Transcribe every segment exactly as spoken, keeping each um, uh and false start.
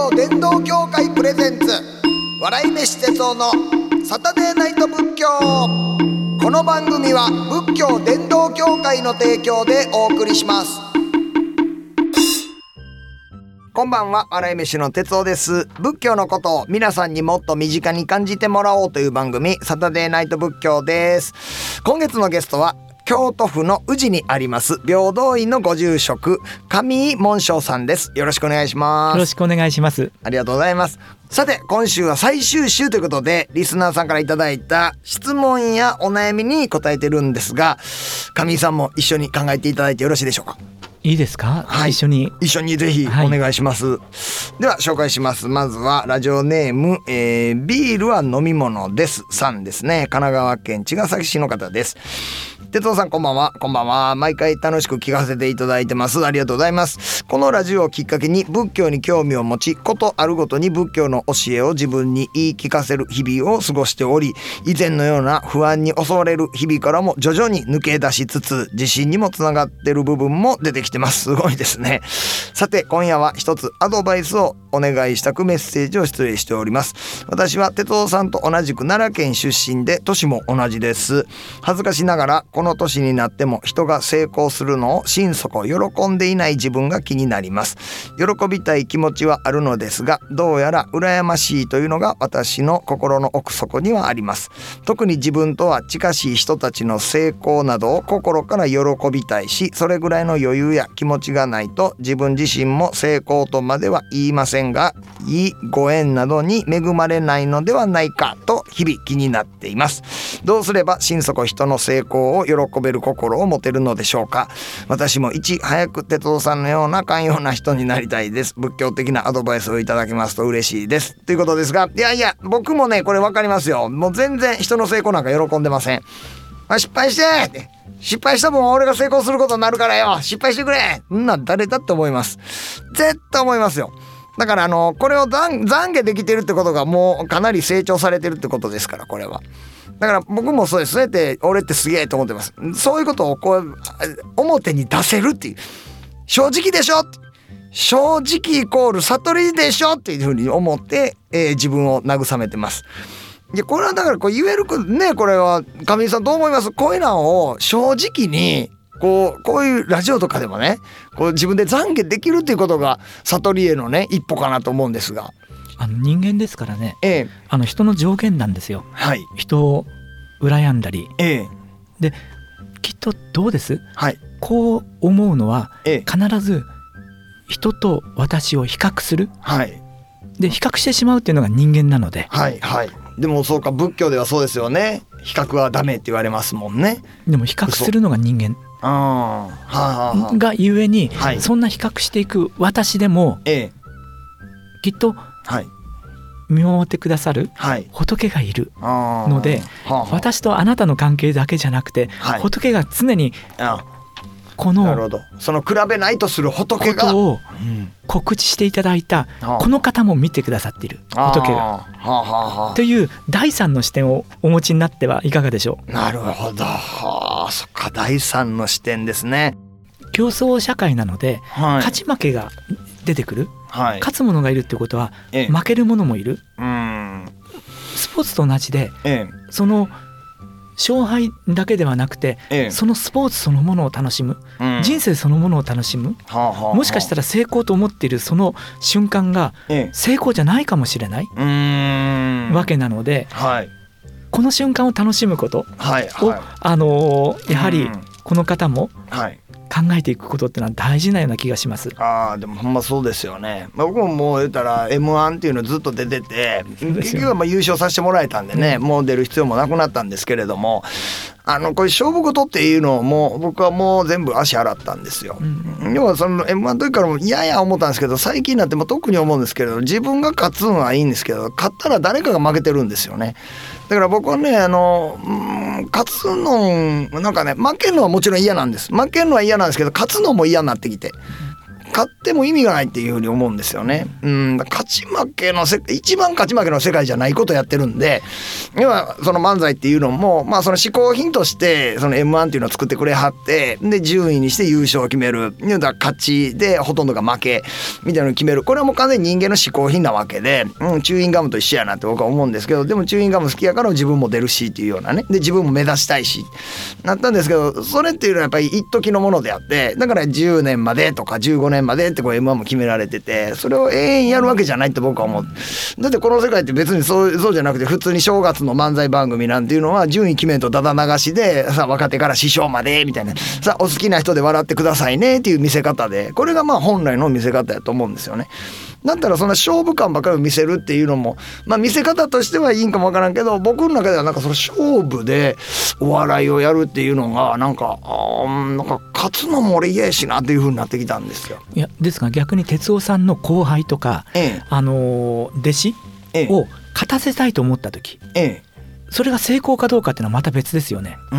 教伝道協会プレゼンツ笑い飯哲夫のサタデーナイト仏教。この番組は仏教伝道協会の提供でお送りします。こんばんは、笑い飯の哲夫です。仏教のことを皆さんにもっと身近に感じてもらおうという番組、サタデーナイト仏教です。今月のゲストは京都府の宇治にあります平等院のご住職上井門正さんです。よろしくお願いします。 よろしくお願いします。 ありがとうございます。さて、今週は最終週ということでリスナーさんからいただいた質問やお悩みに答えてるんですが、上井さんも一緒に考えていただいてよろしいでしょうか。 いいですか、はい、一緒に一緒にぜひお願いします、はい、では紹介します。まずはラジオネーム、えー、ビールは飲み物ですさんですね。神奈川県茅ヶ崎市の方です。哲夫さん、こんばんは。こんばんは。毎回楽しく聞かせていただいてます。ありがとうございます。このラジオをきっかけに仏教に興味を持ち、ことあるごとに仏教の教えを自分に言い聞かせる日々を過ごしており、以前のような不安に襲われる日々からも徐々に抜け出しつつ、自信にもつながってる部分も出てきてます。すごいですね。さて、今夜は一つアドバイスをお願いしたくメッセージを失礼しております。私は哲夫さんと同じく奈良県出身で、年も同じです。恥ずかしながらこの年になっても人が成功するのを心底喜んでいない自分が気になります。喜びたい気持ちはあるのですが、どうやら羨ましいというのが私の心の奥底にはあります。特に自分とは近しい人たちの成功などを心から喜びたいし、それぐらいの余裕や気持ちがないと自分自身も成功とまでは言いませんが、いいご縁などに恵まれないのではないかと日々気になっています。どうすれば心底人の成功を喜べる心を持てるのでしょうか。私もいち早く哲夫さんのような寛容な人になりたいです。仏教的なアドバイスをいただけますと嬉しいですということですが、いやいや僕もねこれ分かりますよ。もう全然人の成功なんか喜んでません。あ、失敗してって失敗した分俺が成功することになるからよ、失敗してくれ、んな誰だって思います。絶対思いますよ。だからあのこれを懺悔できてるってことがもうかなり成長されてるってことですから、これはだから僕もそうです。そうやって俺ってすげえと思ってます。そういうことをこう表に出せるっていう、正直でしょ、正直イコール悟りでしょっていうふうに思って、えー、自分を慰めてます。いやこれはだからこう言えるね。これは上井さんどう思います？こういうのを正直にこうこういうラジオとかでもね、こう自分で懺悔できるっていうことが悟りへのね一歩かなと思うんですが、 あの人間ですからね、 ええ、あの人の条件なんですよ、はい、人を羨んだり、ええ、できっとどうです、はい、こう思うのは、ええ、必ず人と私を比較する、はい、で比較してしまうっていうのが人間なので、はいはい、でもそうか、仏教ではそうですよね。比較はダメって言われますもんね。でも比較するのが人間あ、はあはあ、がゆえに、はい、そんな比較していく私でも、ええ、きっと、はい、見守ってくださる仏がいるので、はい、はあはあ、私とあなたの関係だけじゃなくて、はい、仏が常にこのなるほど、その比べないとする仏がことを告知していただいた、うん、この方も見てくださっている仏が、はあはあ、という第三の視点をお持ちになってはいかがでしょう。なるほど、はあ、そっか、第三の視点ですね。競争社会なので、はい、勝ち負けが出てくる、はい、勝つ者がいるってことは、ええ、負ける者もいる、うん、スポーツと同じで、ええ、その勝敗だけではなくて、ええ、そのスポーツそのものを楽しむ、うん、人生そのものを楽しむ、はあはあ、もしかしたら成功と思っているその瞬間が成功じゃないかもしれない、ええ、うーんわけなので、はい、この瞬間を楽しむことを、はいはい、あのー、やはりこの方も、はい、考えていくことってのは大事なような気がします。あ、でもほんまそうですよね。まあ、僕ももう言ったら エムワン っていうのずっと出てて、結局はまあ優勝させてもらえたんでね、うん、もう出る必要もなくなったんですけれども、あのこういう勝負事っていうのをもう僕はもう全部足洗ったんですよ、うん、要はその エムワン の時からも嫌や思ったんですけど、最近になっても特に思うんですけど、自分が勝つのはいいんですけど、勝ったら誰かが負けてるんですよね。だから僕はね、あの、うん、勝つのなんかね、負けるのはもちろん嫌なんです。負けるのは嫌なんですけど、勝つのも嫌になってきて、 勝っても意味がないっていうふうに思うんですよね。うん、勝ち負けのせ一番勝ち負けの世界じゃないことをやってるんで、今その漫才っていうのも、まあ、その嗜好品としてその エムワン っていうのを作ってくれはって、で順位にして優勝を決める、だから勝ちでほとんどが負けみたいなのを決める、これはもう完全に人間の嗜好品なわけで、うん、チューインガムと一緒やなって僕は思うんですけど、でもチューインガム好きやから自分も出るしっていうようなね、で自分も目指したいしなったんですけど、それっていうのはやっぱり一時のものであって、だからじゅうねんまでとかじゅうごねんまでってこう エムワン も決められてて、それを永遠やるわけじゃないって僕は思う。だってこの世界って別にそう、そうじゃなくて、普通に正月の漫才番組なんていうのは順位決めんとだだ流しでさ、若手から師匠までみたいな、さあお好きな人で笑ってくださいねっていう見せ方で、これがまあ本来の見せ方やと思うんですよね。だったらそんな勝負感ばかりを見せるっていうのも、まあ見せ方としてはいいんかもわからんけど、僕の中ではなんかその勝負でお笑いをやるっていうのがなんか、あなんか勝つのも俺嫌やしなっていう風になってきたんですよ。 いやですが逆に哲夫さんの後輩とか、ええ、あの弟子を勝たせたいと思った時、ええ、それが成功かどうかっていうのはまた別ですよね。うん、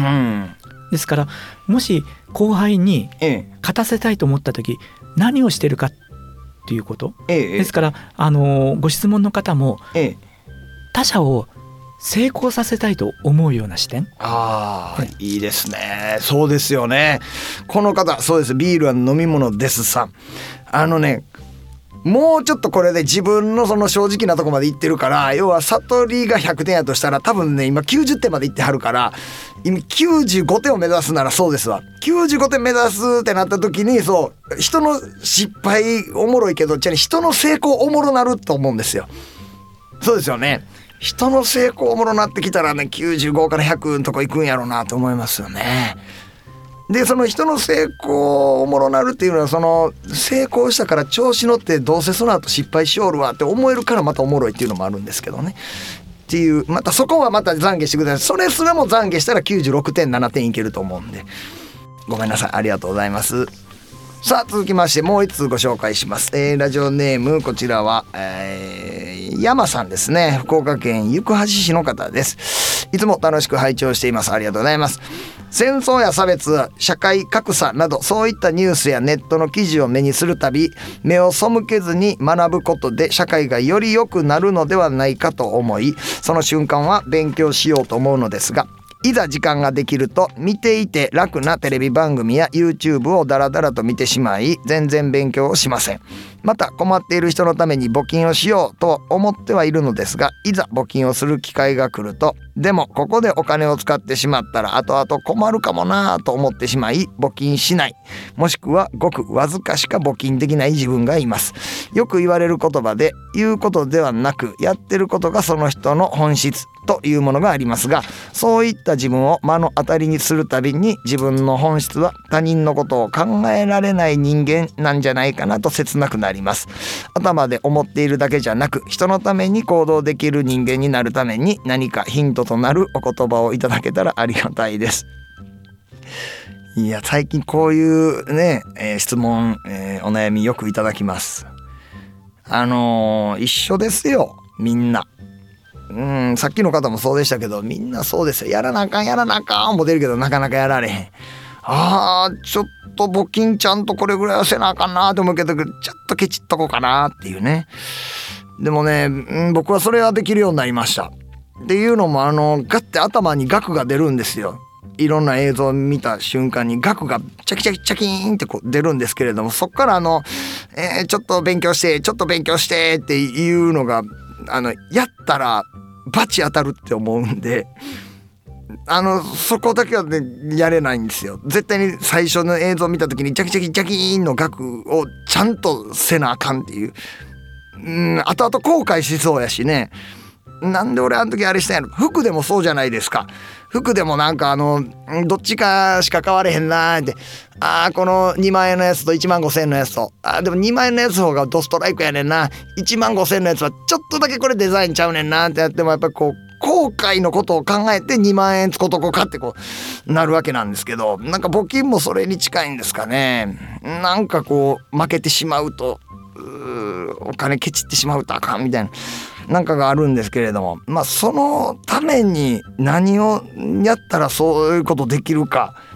ですからもし後輩に勝たせたいと思った時、何をしてるかっていうこと、ええ、ですからあのご質問の方も、ええ、他者を成功させたいと思うような視点。 ああ、はい、いいですね。そうですよね。この方、そうです。ビールは飲み物ですさん。あのね、もうちょっとこれで自分のその正直なとこまでいってるから、要は悟りがひゃくてんやとしたら多分ね今きゅうじゅってんまでいってはるから、今きゅうじゅうごてんを目指すならそうですわ。きゅうじゅうごてん目指すってなった時に、そう人の失敗おもろいけど、じゃあ人の成功おもろなると思うんですよ。そうですよね。人の成功おもろなってきたらね、きゅうじゅうごからひゃくのとこ行くんやろうなと思いますよね。でその人の成功おもろなるっていうのは、その成功したから調子乗ってどうせその後失敗しおるわって思えるからまたおもろいっていうのもあるんですけどねっていう、またそこはまた懺悔してください。それすらも懺悔したらきゅうじゅうろくてんななてんいけると思うんで、ごめんなさい、ありがとうございます。さあ続きましてもう一通ご紹介します。えー、ラジオネームこちらは、えー、山さんですね。福岡県行橋市の方です。いつも楽しく拝聴しています。ありがとうございます。戦争や差別、社会格差などそういったニュースやネットの記事を目にするたび、目を背けずに学ぶことで社会がより良くなるのではないかと思い、その瞬間は勉強しようと思うのですが、いざ時間ができると見ていて楽なテレビ番組や YouTube をダラダラと見てしまい、全然勉強をしません。また困っている人のために募金をしようと思ってはいるのですが、いざ募金をする機会が来ると、でもここでお金を使ってしまったら後々困るかもなと思ってしまい募金しない、もしくはごくわずかしか募金できない自分がいます。よく言われる言葉で、言うことではなくやってることがその人の本質というものがありますが、そういった自分を目の当たりにするたびに、自分の本質は他人のことを考えられない人間なんじゃないかなと切なくなります。頭で思っているだけじゃなく、人のために行動できる人間になるために何かヒントとなるお言葉をいただけたらありがたいです。いや最近こういうね、えー、質問、えー、お悩みよくいただきます。あのー、一緒ですよみんな。うんさっきの方もそうでしたけど、みんなそうですよ。やらなあかんやらなあかん思ってるけどなかなかやられへん。あーちょっと募金ちゃんとこれぐらいはせなあかんなと思うけど、ちょっとケチっとこうかなっていうね。でもね、うん、僕はそれはできるようになりました。っていうのもあのガッて頭に額が出るんですよ。いろんな映像を見た瞬間に額がチャキチャキチャキーンってこう出るんですけれども、そっからあの、えー、ちょっと勉強してちょっと勉強してっていうのがあのやったらバチ当たるって思うんで、あのそこだけはねやれないんですよ。絶対に最初の映像を見た時にチャキチャキチャキーンの額をちゃんとせなあかんっていう、うん後々後悔しそうやしね。なんで俺あの時あれしたんやろ。服でもそうじゃないですか。服でもなんかあのどっちかしか買われへんなーって、あーこのにまんえんのやつといちまんごせんえんのやつと、あーでもにまんえんのやつの方がドストライクやねんな、いちまんごせんえんのやつはちょっとだけこれデザインちゃうねんなってやっても、やっぱりこう後悔のことを考えてにまんえんつことこかってこうなるわけなんですけど、なんか募金もそれに近いんですかね。なんかこう負けてしまうとうお金ケチってしまうとあかんみたいななんかがあるんですけれども、まあそのために何をやったらそういうことできるか、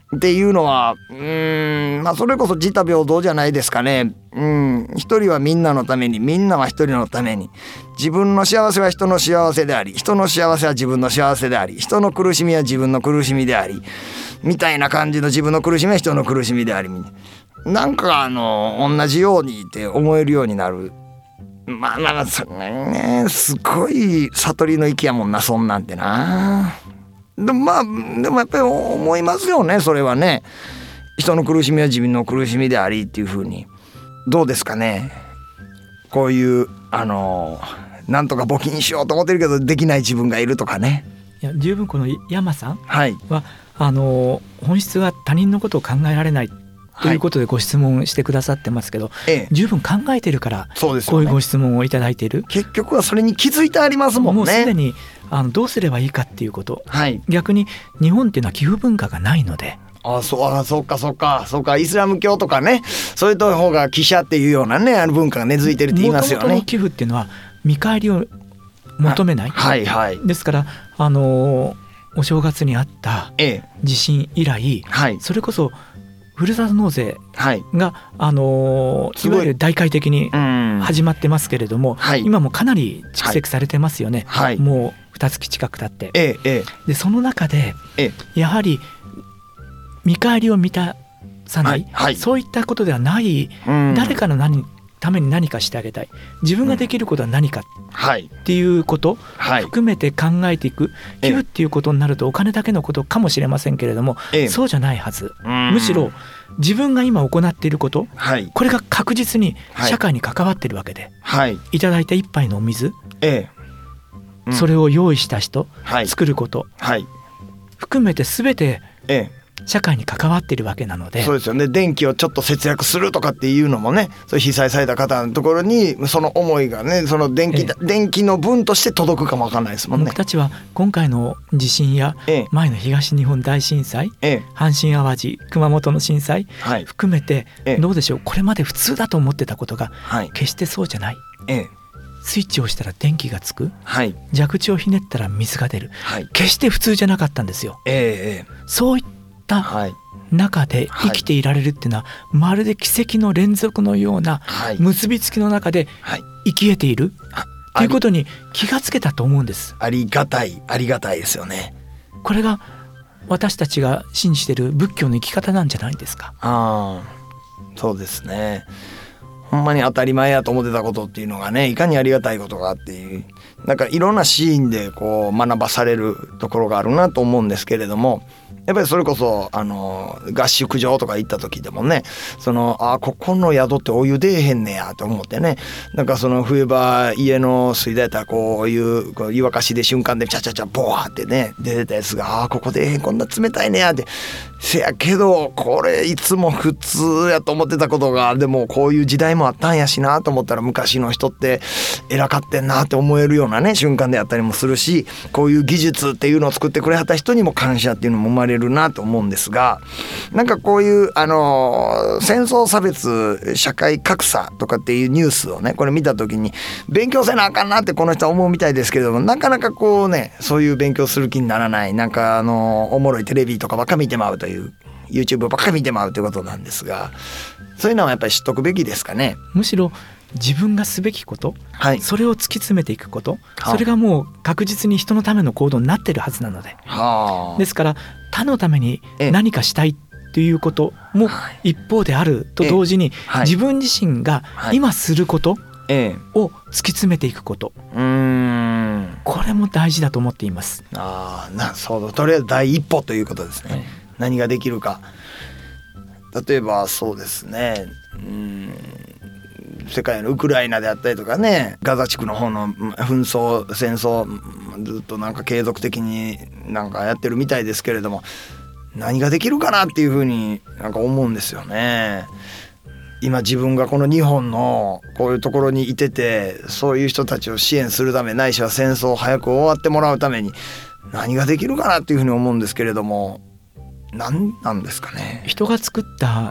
っていうのはうーんまあそれこそ自他平等じゃないですかね。うん一人はみんなのために、みんなは一人のために、自分の幸せは人の幸せであり、人の幸せは自分の幸せであり、人の苦しみは自分の苦しみでありみたいな感じの、自分の苦しみは人の苦しみであり、なんかあの同じようにって思えるようになる。まあまあそれねすごい悟りの域やもんな、そんなんてな。でもまあでもやっぱり思いますよね、それはね。人の苦しみは自分の苦しみでありっていう風に。どうですかね、こういうあのなんとか募金しようと思ってるけどできない自分がいるとかね。 いや十分この山さんは、 はい、 あの本質は他人のことを考えられないということでご質問してくださってますけど、はい、十分考えてるからこういうご質問をいただいている。 結局はそれに気づいてありますもんね。 もうすでにあのどうすればいいかっていうこと、 はい、 逆に日本っていうのは寄付文化がないので。 ああそうあそうかそうかそうかイスラム教とかね、そういう方が寄捨っていうようなねあの文化が根付いてるって言いますよね。 元々の寄付っていうのは見返りを求めない、 はいはい、 ですからあのお正月にあった地震以来、 はい、 それこそふるさと納税が、 はい、 あのいわゆる大々的に始まってますけれども、 はい、 今もかなり蓄積されてますよね、 はい、 もうにかげつ近く経って、 ええ、 でその中で、 ええ、 やはり見返りを満たさない、 はいはい、 そういったことではない、うん、誰かの何ために何かしてあげたい、自分ができることは何かっていうことを含めて考えていく、寄付っていうことになるとお金だけのことかもしれませんけれども、ええ、そうじゃないはず、むしろ自分が今行っていること、はい、これが確実に社会に関わっているわけで、はい、いただいた一杯のお水、ええうん、それを用意した人、はい、作ること、はい、含めて全て、ええ社会に関わっているわけなので。 そうですよね。電気をちょっと節約するとかっていうのもね、そういう被災された方のところにその思いがね、その電気、ええ、電気の分として届くかもわかんないですもんね。 僕たちは今回の地震や前の東日本大震災、ええ、阪神淡路熊本の震災、はい、含めてどうでしょう、これまで普通だと思ってたことが決してそうじゃない、ええ、スイッチを押したら電気がつく、はい、蛇口をひねったら水が出る、はい、決して普通じゃなかったんですよ、ええ、そういった中で生きていられるっていうのは、はい、まるで奇跡の連続のような結びつきの中で生き得ているということに気がつけたと思うんです。 ありがたいありがたいですよね。 これが私たちが信じている仏教の生き方なんじゃないですか。 ああ、そうですね。ほんまに当たり前やと思ってたことっていうのがね、いかにありがたいことがあっていう、なんかいろんなシーンでこう学ばされるところがあるなと思うんですけれども、やっぱりそれこそあの合宿場とか行った時でもね、そのあここの宿ってお湯出えへんねやと思ってね、なんかその冬場家の水道やったらこういうこう湯沸かしで瞬間でチャチャチャボワーってね出てたやつが、あここ出えへん、こんな冷たいねやって、せやけどこれいつも普通やと思ってたことが、でもこういう時代もあったんやしなと思ったら、昔の人って偉かってんなって思えるようなね瞬間であったりもするし、こういう技術っていうのを作ってくれはった人にも感謝っていうのも生まれるなと思うんですが、なんかこういうあの戦争差別社会格差とかっていうニュースをねこれ見た時に、勉強せなあかんなってこの人は思うみたいですけれども、なかなかこうねそういう勉強する気にならない、なんかあのおもろいテレビとかばっか見てまうという、 YouTube ばっか見てまうということなんですが、そういうのはやっぱり知っとくべきですかね。 むしろ自分がすべきこと、はい、それを突き詰めていくこと、それがもう確実に人のための行動になっているはずなので、はあ、ですから他のために何かしたいということも一方であると同時に、はい、自分自身が今することを突き詰めていくこと、うーんこれも大事だと思っています。 ああ、なるほど。とりあえず第一歩ということですね、はい、何ができるか。例えばそうですね、うーん世界のウクライナであったりとかね、ガザ地区の方の紛争戦争ずっとなんか継続的になんかやってるみたいですけれども、何ができるかなっていうふうになんか思うんですよね。今自分がこの日本のこういうところにいてて、そういう人たちを支援するため、ないしは戦争を早く終わってもらうために何ができるかなっていうふうに思うんですけれども、何なんですかね。 人が作った、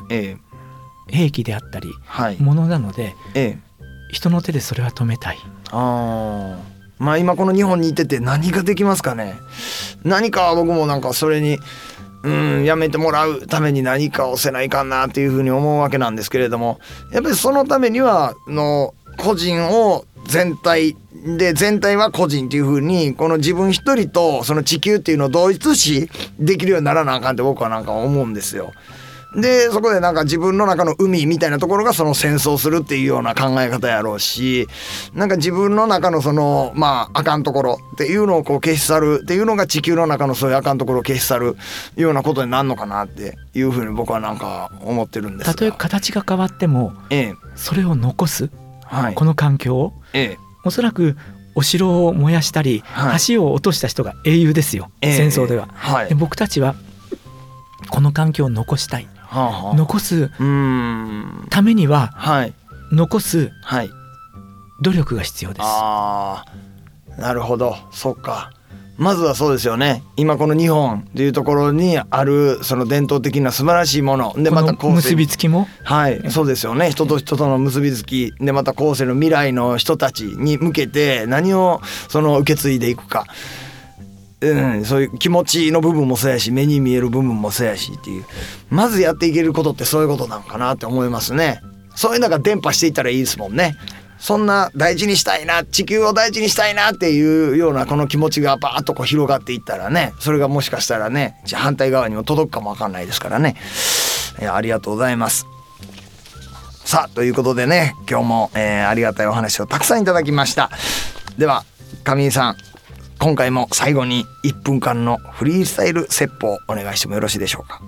ええ兵器であったり、はい、ものなので、ええ、人の手でそれは止めたい。 あまあ今この日本にいてて何ができますかね。何か僕もなんかそれにうんやめてもらうために何かをせないかんなっていうふうに思うわけなんですけれども、やっぱりそのためにはの個人を全体で全体は個人っていう風にこの自分一人とその地球っていうのを同一視できるようにならなあかんって僕はなんか思うんですよ。でそこでなんか自分の中の海みたいなところがその戦争するっていうような考え方やろうし、なんか自分の中のそのまああかんところっていうのをこう消し去るっていうのが地球の中のそういうあかんところを消し去るようなことになるのかなっていうふうに僕はなんか思ってるんですが、 たとえ形が変わっても、ええ、それを残す、はい、この環境を、ええ、おそらくお城を燃やしたり、はい、橋を落とした人が英雄ですよ、ええ、戦争では、はい、で僕たちはこの環境を残したい、はあはあ、残すためには、はい、残す努力が必要です。 あー、なるほど、そっか。まずはそうですよね。今この日本というところにあるその伝統的な素晴らしいもので、またこの結びつきも、 はい、そうですよね。人と人との結びつきで、また後世の未来の人たちに向けて何をその受け継いでいくか、うん、そういう気持ちの部分もそうやし、目に見える部分もそうやしっていう、まずやっていけることってそういうことなのかなって思いますね。そういうのが伝播していったらいいですもんね。そんな大事にしたいな、地球を大事にしたいなっていうようなこの気持ちがバーッとこう広がっていったらね、それがもしかしたらね、じゃあ反対側にも届くかもわかんないですからね。いや、ありがとうございます。さあということでね、今日も、えー、ありがたいお話をたくさんいただきました。では上井さん、今回も最後にいっぷんかんのフリースタイル説法お願いしてもよろしいでしょうか。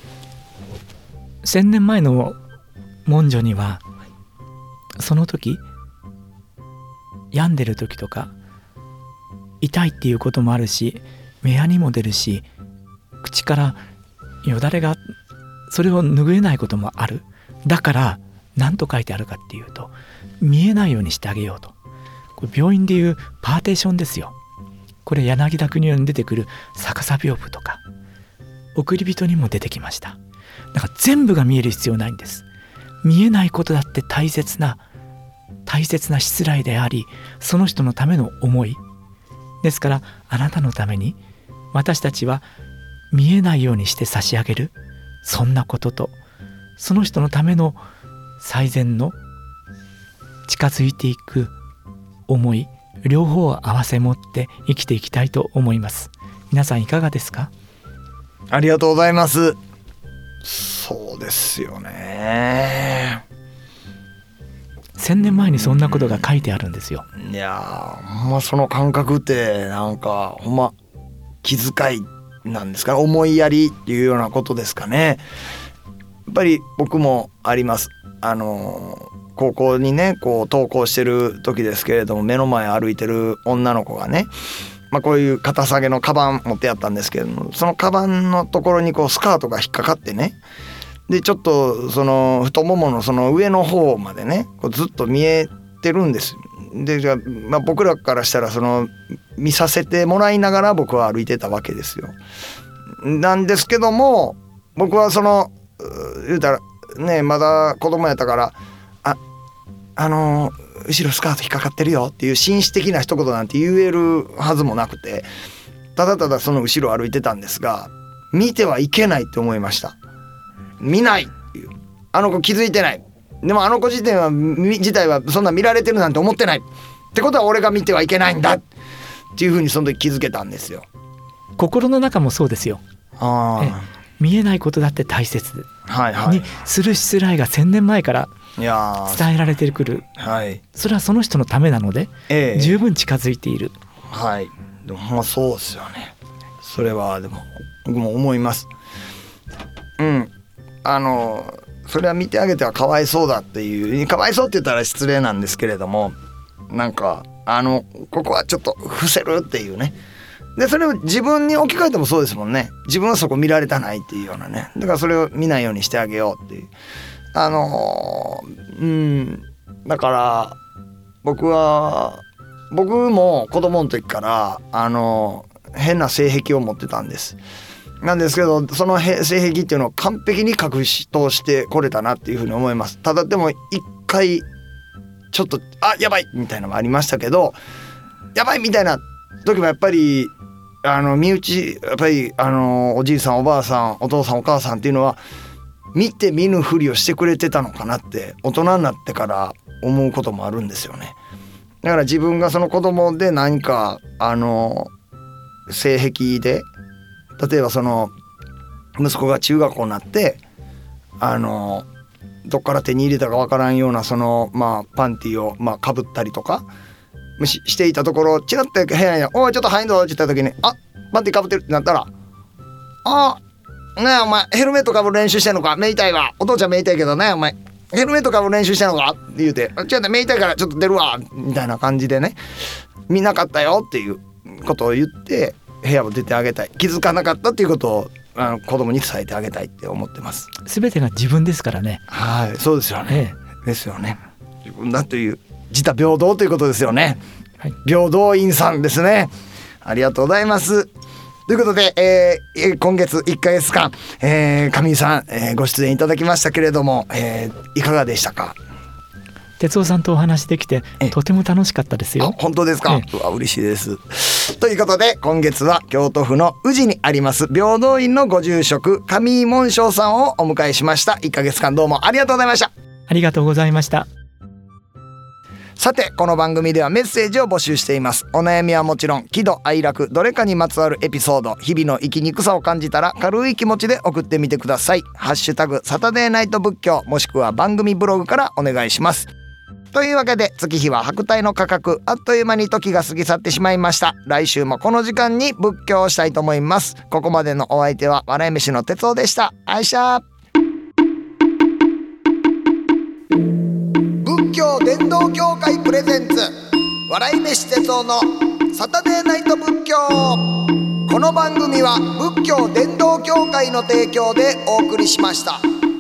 せんねんまえの文書には、その時病んでる時とか痛いっていうこともあるし、目やにも出るし、口からよだれがそれを拭えないこともある。だから何と書いてあるかっていうと、見えないようにしてあげようと。これ病院でいうパーテーションですよ。これ柳田国男に出てくる逆さ屏風とか送り人にも出てきました。だから全部が見える必要ないんです。見えないことだって大切な大切なしつらいであり、その人のための思いですから、あなたのために私たちは見えないようにして差し上げる、そんなこととその人のための最善の近づいていく思い、両方を合わせ持って生きていきたいと思います。皆さんいかがですか？ ありがとうございます。そうですよね。 せんねんまえにそんなことが書いてあるんですよ。 いやー、ほんまその感覚ってなんかほんま気遣いなんですかね、思いやりっていうようなことですかね。やっぱり僕もあります。あのー、高校にねこう登校してる時ですけれども、目の前歩いてる女の子がね、まあ、こういう肩下げのカバン持ってやったんですけれども、そのカバンのところにこうスカートが引っかかってね、でちょっとその太もものその上の方までねこうずっと見えてるんです。でじゃあ、まあ、僕らからしたらその見させてもらいながら僕は歩いてたわけですよ。なんですけども、僕はその言うたらね、まだ子供やったから、ああの後ろスカート引っかかってるよっていう紳士的な一言なんて言えるはずもなくて、ただただその後ろ歩いてたんですが、見てはいけないって思いました。見ないっていう、あの子気づいてない、でもあの子自体は自体はそんな見られてるなんて思ってないってことは、俺が見てはいけないんだっていうふうにその時気づけたんですよ。 心の中もそうですよ。あえ見えないことだって大切にするしつらいがせんねんまえから伝えられてくる、はい、それはその人のためなので、ええ、十分近づいている。 はい、でもまあそうですよね。それはでも僕も思います。うん、あのそれは見てあげてはかわいそうだっていう、かわいそうって言ったら失礼なんですけれども、なんかあのここはちょっと伏せるっていうね。でそれを自分に置き換えてもそうですもんね。自分はそこ見られたないっていうようなね。だからそれを見ないようにしてあげようっていう、あのー、うんだから僕は僕も子供の時からあの変な性癖を持ってたんです。なんですけど、その性癖っていうのを完璧に隠し通してこれたなっていうふうに思います。ただでも一回ちょっとあやばいみたいなのもありましたけど、やばいみたいな時もやっぱりあの身内やっぱりあのおじいさんおばあさんお父さんお母さんっていうのは見て見ぬふりをしてくれてたのかなって大人になってから思うこともあるんですよね。だから自分がその子供で何かあの性癖で例えばその息子が中学校になってあのどっから手に入れたかわからんようなそのまあパンティをまあかぶったりとかし, していたところチラッと部屋に「おいちょっと入んぞ」って言った時に「あパンティかぶってる」ってなったら「あねえお前ヘルメットかぶる練習してんのか目痛いわお父ちゃん目痛いけどねお前ヘルメットかぶる練習してんのか」って言うて「違うね目痛いからちょっと出るわ」みたいな感じでね見なかったよっていうことを言って部屋を出てあげたい気づかなかったっていうことをあの子供に伝えてあげたいって思ってます。 全てが自分ですからね。 はいそうですよね、ええ、ですよね。自分だという自他平等ということですよね、はい、平等院さんですね。ありがとうございます。ということで、えー、今月いっかげつかん、えー、上井さん、えー、ご出演いただきましたけれども、えー、いかがでしたか？ 哲夫さんとお話できてとても楽しかったですよ。 本当ですか？うわ嬉しいです。ということで今月は京都府の宇治にあります平等院のご住職上井門正さんをお迎えしました。いっかげつかんどうもありがとうございました。 ありがとうございました。 さてこの番組ではメッセージを募集しています。お悩みはもちろん喜怒哀楽どれかにまつわるエピソード日々の生きにくさを感じたら軽い気持ちで送ってみてください。ハッシュタグサタデーナイト仏教もしくは番組ブログからお願いします。というわけで月日は白帯の価格あっという間に時が過ぎ去ってしまいました。来週もこの時間に仏教をしたいと思います。ここまでのお相手は笑い飯の哲夫でした。あいしゃ仏教伝道協会プレゼンツ笑い飯哲夫のサタデーナイト仏教。この番組は仏教伝道協会の提供でお送りしました。